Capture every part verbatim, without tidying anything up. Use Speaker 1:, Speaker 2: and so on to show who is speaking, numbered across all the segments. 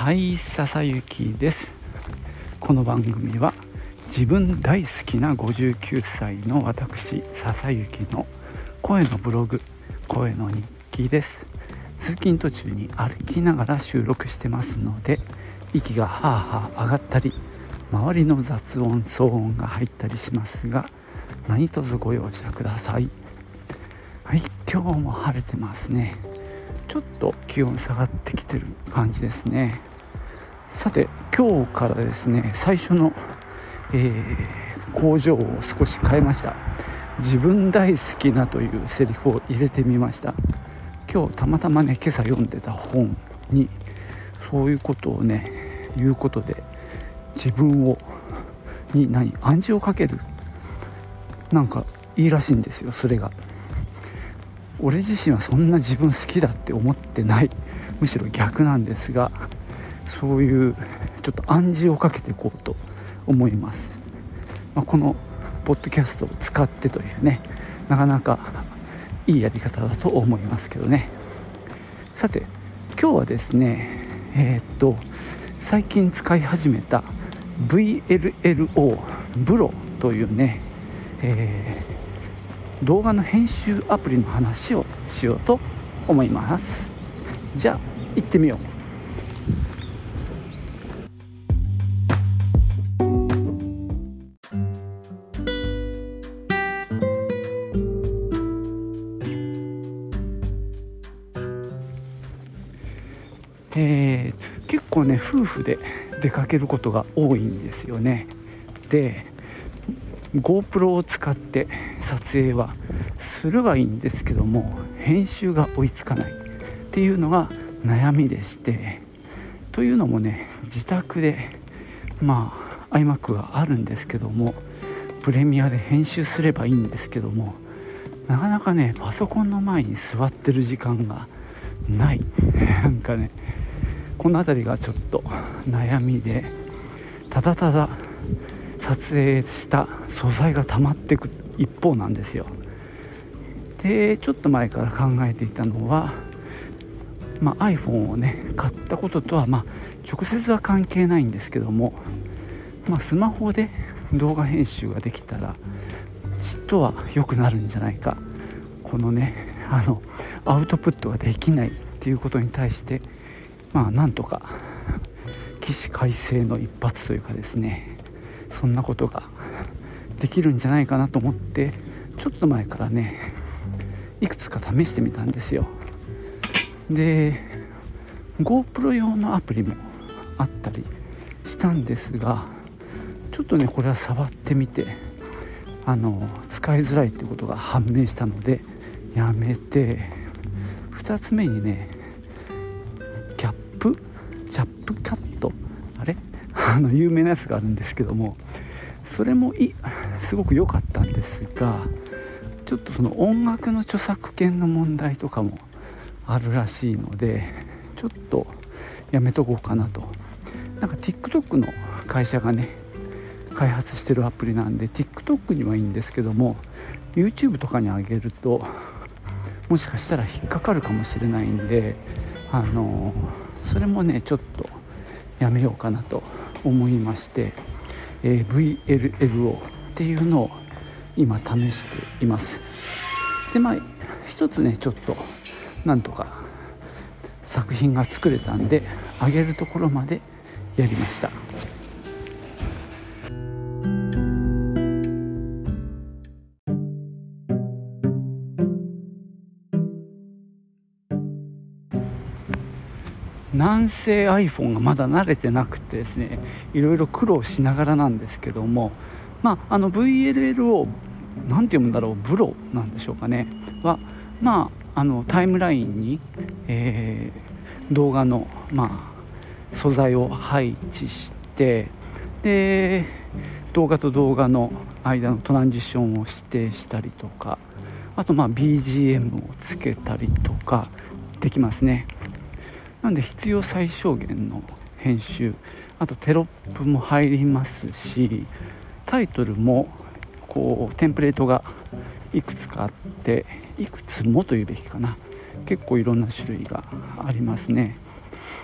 Speaker 1: はい、笹雪です。この番組は自分大好きなごじゅうきゅうさいの私笹雪の声のブログ、声の日記です。通勤途中に歩きながら収録してますので、息がはあはあ上がったり、周りの雑音騒音が入ったりしますが、何卒ご容赦ください。はい、今日も晴れてますね。ちょっと気温下がってきてる感じですね。さて、今日からですね、最初の、えー、工場を少し変えました。自分大好きなというセリフを入れてみました。今日たまたまね、今朝読んでた本にそういうことをね言うことで、自分をに何暗示をかける、なんかいいらしいんですよ。それが俺自身はそんな自分好きだって思ってない、むしろ逆なんですが、そういうちょっと暗示をかけていこうと思います。まあ、このポッドキャストを使ってというね、なかなかいいやり方だと思いますけどね。さて、今日はですね、えー、っと最近使い始めた ブイエルエルオー ブロというね、えー動画の編集アプリの話をしようと思います。じゃあ行ってみよう。えー、結構ね、夫婦で出かけることが多いんですよね。で、GoPro を使って撮影はするはいいんですけども、編集が追いつかないっていうのが悩みでして、というのもね、自宅でまあ iMac があるんですけども、プレミアで編集すればいいんですけども、なかなかねパソコンの前に座ってる時間がないなんかね、このあたりがちょっと悩みで、ただただ撮影した素材が溜まっていく一方なんですよ。で、ちょっと前から考えていたのは、まあ、iPhone をね買ったこととはまあ直接は関係ないんですけども、まあ、スマホで動画編集ができたらちっとは良くなるんじゃないか、このねあのアウトプットができないっていうことに対して、まあなんとか起死回生の一発というかですね、そんなことができるんじゃないかなと思って、ちょっと前からねいくつか試してみたんですよ。で GoPro 用のアプリもあったりしたんですが、ちょっとねこれは触ってみて、あの使いづらいということが判明したのでやめて、ふたつめにねキャップチャップカット、あれあの有名なやつがあるんですけども、それもいすごく良かったんですが、ちょっとその音楽の著作権の問題とかもあるらしいので、ちょっとやめとこうかなと。なんか TikTok の会社がね開発してるアプリなんで TikTok にはいいんですけども、 YouTube とかに上げるともしかしたら引っかかるかもしれないんで、あのそれもねちょっとやめようかなと思いまして、えー、ブイエルエルオー っていうのを今試しています。で、まあ一つねちょっとなんとか作品が作れたんで、上げるところまでやりました。なんせ iPhone がまだ慣れてなくてですね、いろいろ苦労しながらなんですけども、まあ、あの ブイエルエルオー なんて読むんだろう、ブロなんでしょうかねは、まあ、あのタイムラインに、えー、動画の、まあ、素材を配置して、で動画と動画の間のトランジションを指定したりとか、あとまあ ビージーエム をつけたりとかできますね。なので必要最小限の編集、あとテロップも入りますし、タイトルもこうテンプレートがいくつかあって、いくつもというべきかな、結構いろんな種類がありますね。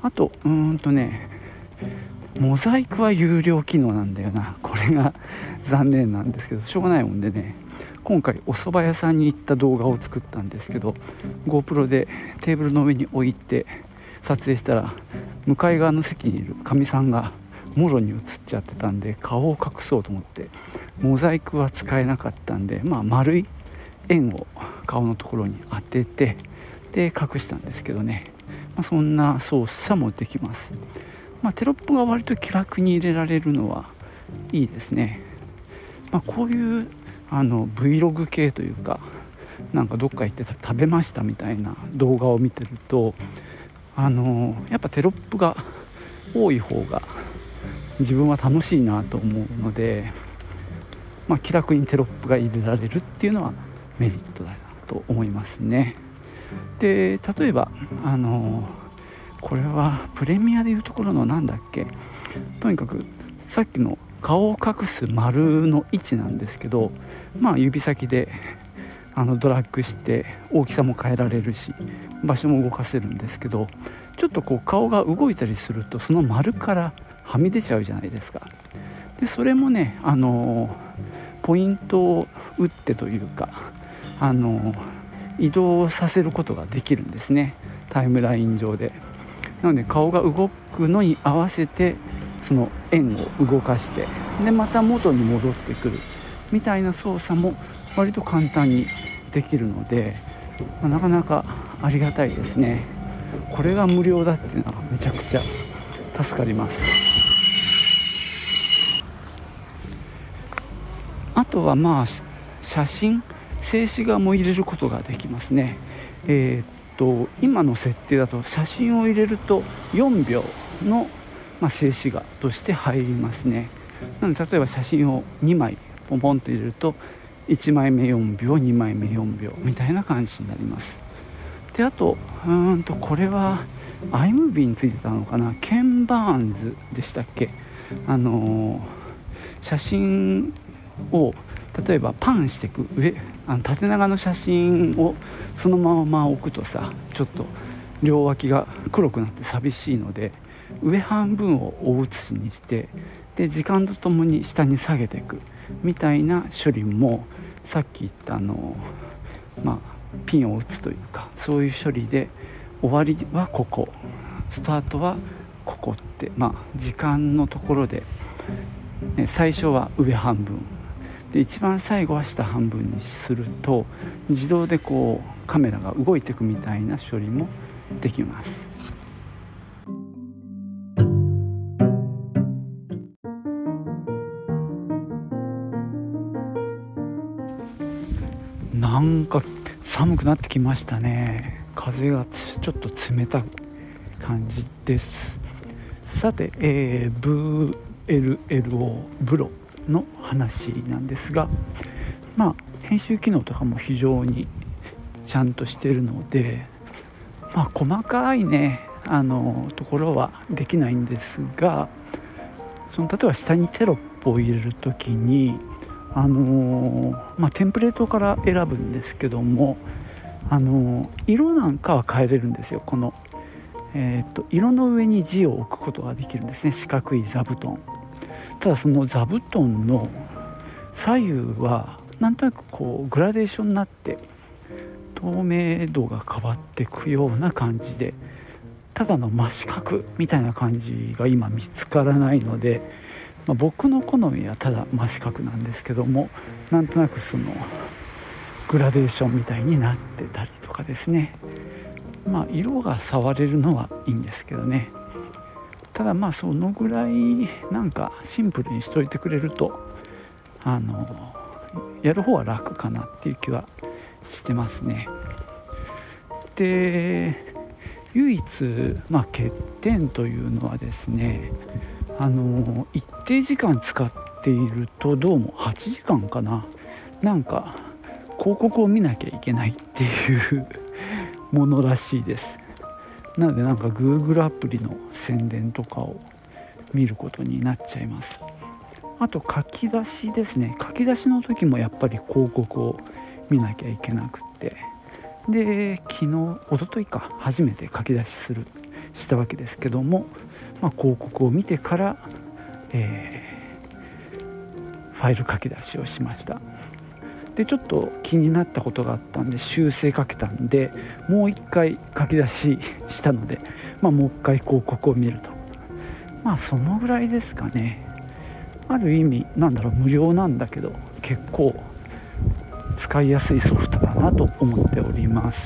Speaker 1: あとうーんとねモザイクは有料機能なんだよな。これが残念なんですけど、しょうがないもんでね、今回お蕎麦屋さんに行った動画を作ったんですけど、 GoPro でテーブルの上に置いて撮影したら、向かい側の席にいるかみさんがもろに映っちゃってたんで、顔を隠そうと思ってモザイクは使えなかったんで、まあ丸い円を顔のところに当ててで隠したんですけどね、まあ、そんな操作もできます。まあ、テロップが割と気楽に入れられるのはいいですね。まあ、こういうあの Vlog 系というか、なんかどっか行って食べましたみたいな動画を見てると、あのやっぱテロップが多い方が自分は楽しいなと思うので、まあ、気楽にテロップが入れられるっていうのはメリットだなと思いますね。で例えばあのこれはプレミアでいうところのなんだっけ、とにかくさっきの顔を隠す丸の位置なんですけど、まあ指先であのドラッグして大きさも変えられるし場所も動かせるんですけど、ちょっとこう顔が動いたりするとその丸からはみ出ちゃうじゃないですか。でそれもね、あのポイントを打ってというか、あの移動させることができるんですね、タイムライン上で。なので顔が動くのに合わせてその円を動かしてでまた元に戻ってくるみたいな操作も割と簡単にできるので、まあ、なかなかありがたいですね。これが無料だっていうのはめちゃくちゃ助かります。あとはまあ写真静止画も入れることができますね。えー、っと今の設定だと写真を入れるとよんびょうの、まあ、静止画として入りますね。なので例えば写真をにまいポンポンと入れるといちまいめよんびょうにまいめよんびょうみたいな感じになります。であとうーんとこれは iMovie についてたのかな、ケンバーンズでしたっけ、あのー、写真を例えばパンしていく上あの縦長の写真をそのまま置くとさ、ちょっと両脇が黒くなって寂しいので、上半分を大写しにしてで時間とともに下に下げていくみたいな処理も、さっき言ったあのまあピンを打つというか、そういう処理で終わりはここスタートはここって、まあ時間のところで、ね、最初は上半分で一番最後は下半分にすると自動でこうカメラが動いていくみたいな処理もできます。なんか寒くなってきましたね。風がちょっと冷たい感じです。さて、えー、ブイエルエルオー ブロの話なんですが、まあ編集機能とかも非常にちゃんとしてるので、まあ細かいねあのところはできないんですが、その例えば下にテロップを入れるときにあのーまあ、テンプレートから選ぶんですけども、あのー、色なんかは変えれるんですよ。この、えー、と色の上に字を置くことができるんですね、四角い座布団。ただその座布団の左右はなんとなくこうグラデーションになって透明度が変わっていくような感じで、ただの真四角みたいな感じが今見つからないので、まあ、僕の好みはただ真四角なんですけども、なんとなくそのグラデーションみたいになってたりとかですね、まあ色が触れるのはいいんですけどね。ただまあそのぐらいなんかシンプルにしといてくれるとあのやる方は楽かなっていう気はしてますね。で唯一、まあ、欠点というのはですね、あの一定時間使っているとどうもはちじかんかな、なんか広告を見なきゃいけないっていうものらしいです。なのでなんか Google アプリの宣伝とかを見ることになっちゃいます。あと書き出しですね、書き出しの時もやっぱり広告を見なきゃいけなくって、で昨日一昨日か初めて書き出しするしたわけですけども、まあ、広告を見てから、えー、ファイル書き出しをしました。でちょっと気になったことがあったんで修正かけたんで、もう一回書き出ししたので、まあ、もう一回広告を見ると、まあそのぐらいですかね。ある意味なんだろう、無料なんだけど結構使いやすいソフトだなと思っております。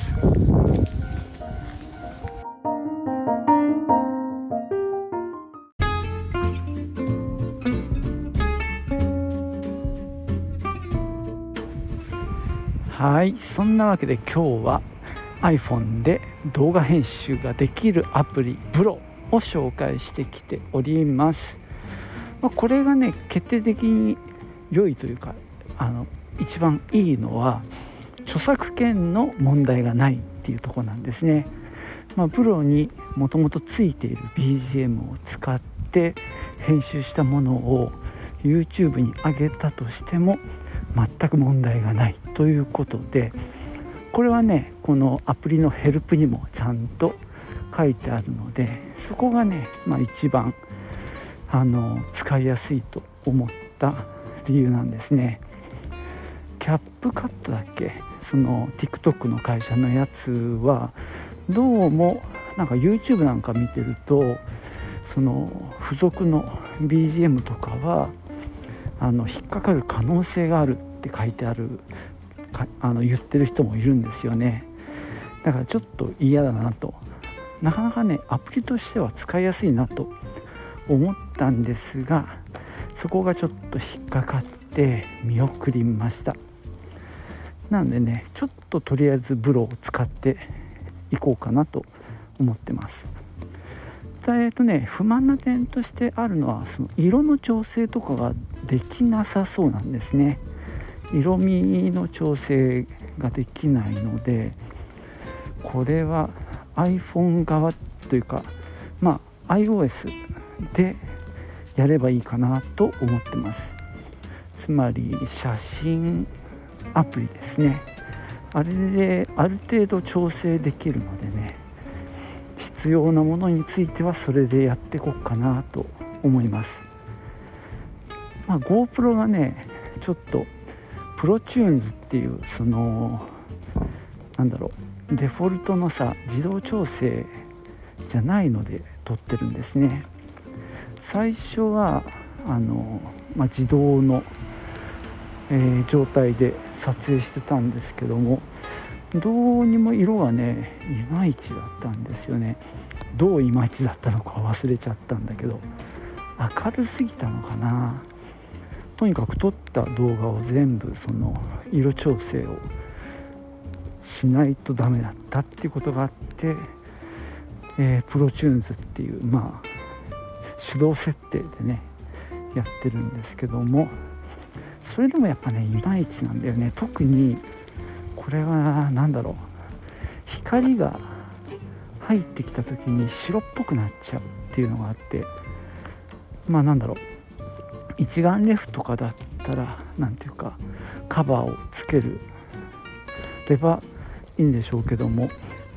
Speaker 1: はい、そんなわけで今日は iPhone で動画編集ができるアプリブロを紹介してきております。まあ、これがね決定的に良いというか、あの一番いいのは著作権の問題がないっていうところなんですね。まあ、ブロにもともとついている ビージーエム を使って編集したものを YouTube に上げたとしても全く問題がないということで、これはねこのアプリのヘルプにもちゃんと書いてあるので、そこがね、まあ、一番あの使いやすいと思った理由なんですね。キャップカットだっけ、その TikTok の会社のやつはどうもなんか YouTube なんか見てると、その付属の ビージーエム とかはあの引っかかる可能性があるって書いてあるかあの言ってる人もいるんですよね。だからちょっと嫌だなと、なかなかねアプリとしては使いやすいなと思ったんですが、そこがちょっと引っかかって見送りました。なんでねちょっととりあえずブロを使っていこうかなと思ってます。えっとね不満な点としてあるのは、その色の調整とかができなさそうなんですね。色味の調整ができないので、これは iPhone 側というか、まあ iOS でやればいいかなと思ってます。つまり写真アプリですね。あれである程度調整できるのでね、必要なものについてはそれでやっていこうかなと思います。まあ、GoPro がねちょっとプロチューンズっていうそのなんだろうデフォルトのさ自動調整じゃないので撮ってるんですね。最初はあの、まあ、自動の、えー、状態で撮影してたんですけども、どうにも色がねいまいちだったんですよね。どういまいちだったのか忘れちゃったんだけど、明るすぎたのかな。とにかく撮った動画を全部その色調整をしないとダメだったっていうことがあって、えー、プロチューンズっていうまあ手動設定でねやってるんですけども、それでもやっぱねいまいちなんだよね。特にこれはなんだろう、光が入ってきた時に白っぽくなっちゃうっていうのがあって、まあなんだろう一眼レフとかだったらなんていうかカバーをつけるればいいんでしょうけども、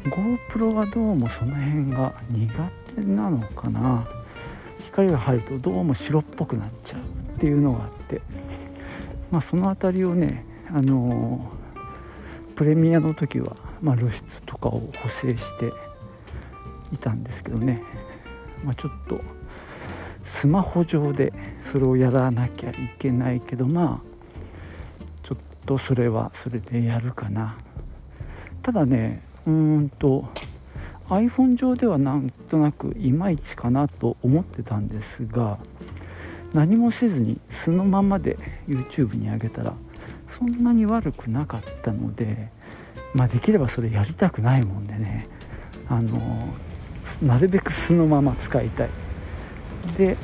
Speaker 1: GoPro はどうもその辺が苦手なのかな。光が入るとどうも白っぽくなっちゃうっていうのがあって、まあそのあたりをねあのー、プレミアの時は、まあ、露出とかを補正していたんですけどね、まあ、ちょっとスマホ上でそれをやらなきゃいけないけど、まあちょっとそれはそれでやるかな。ただねうーんと iPhone 上ではなんとなくいまいちかなと思ってたんですが、何もせずにそのままで YouTube に上げたらそんなに悪くなかったので、まあできればそれやりたくないもんでね、あのなるべくそのまま使いたい。で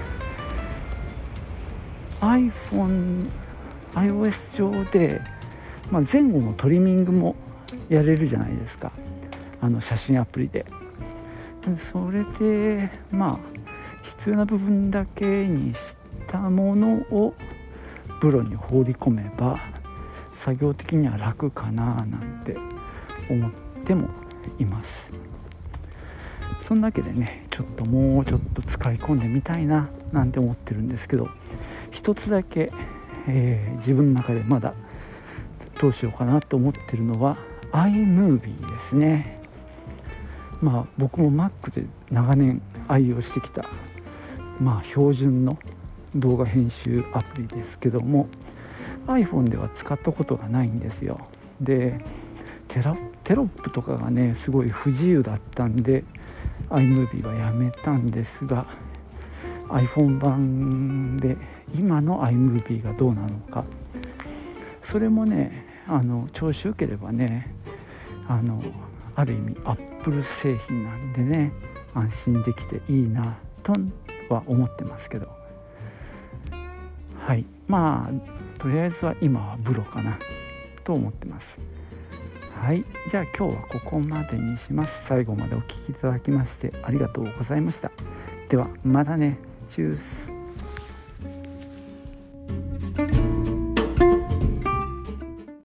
Speaker 1: iPhone、iOS 上で、まあ、前後のトリミングもやれるじゃないですか、あの写真アプリで。それでまあ必要な部分だけにしたものをブロに放り込めば作業的には楽かななんて思ってもいます。 そんだけでねちょっともうちょっと使い込んでみたいななんて思ってるんですけど、一つだけ、えー、自分の中でまだどうしようかなと思ってるのは iMovie ですね。まあ僕も Mac で長年愛用してきたまあ標準の動画編集アプリですけども、 iPhone では使ったことがないんですよ。でテラテロップとかがねすごい不自由だったんで iMovie はやめたんですが、 iPhone 版で今の iMovie がどうなのか、それもねあの調子良ければねあのある意味 Apple 製品なんでね安心できていいなとは思ってますけど、はい、まあとりあえずは今はブロかなと思ってます。はい、じゃあ今日はここまでにします。最後までお聞きいただきましてありがとうございました。ではまたね。チュース。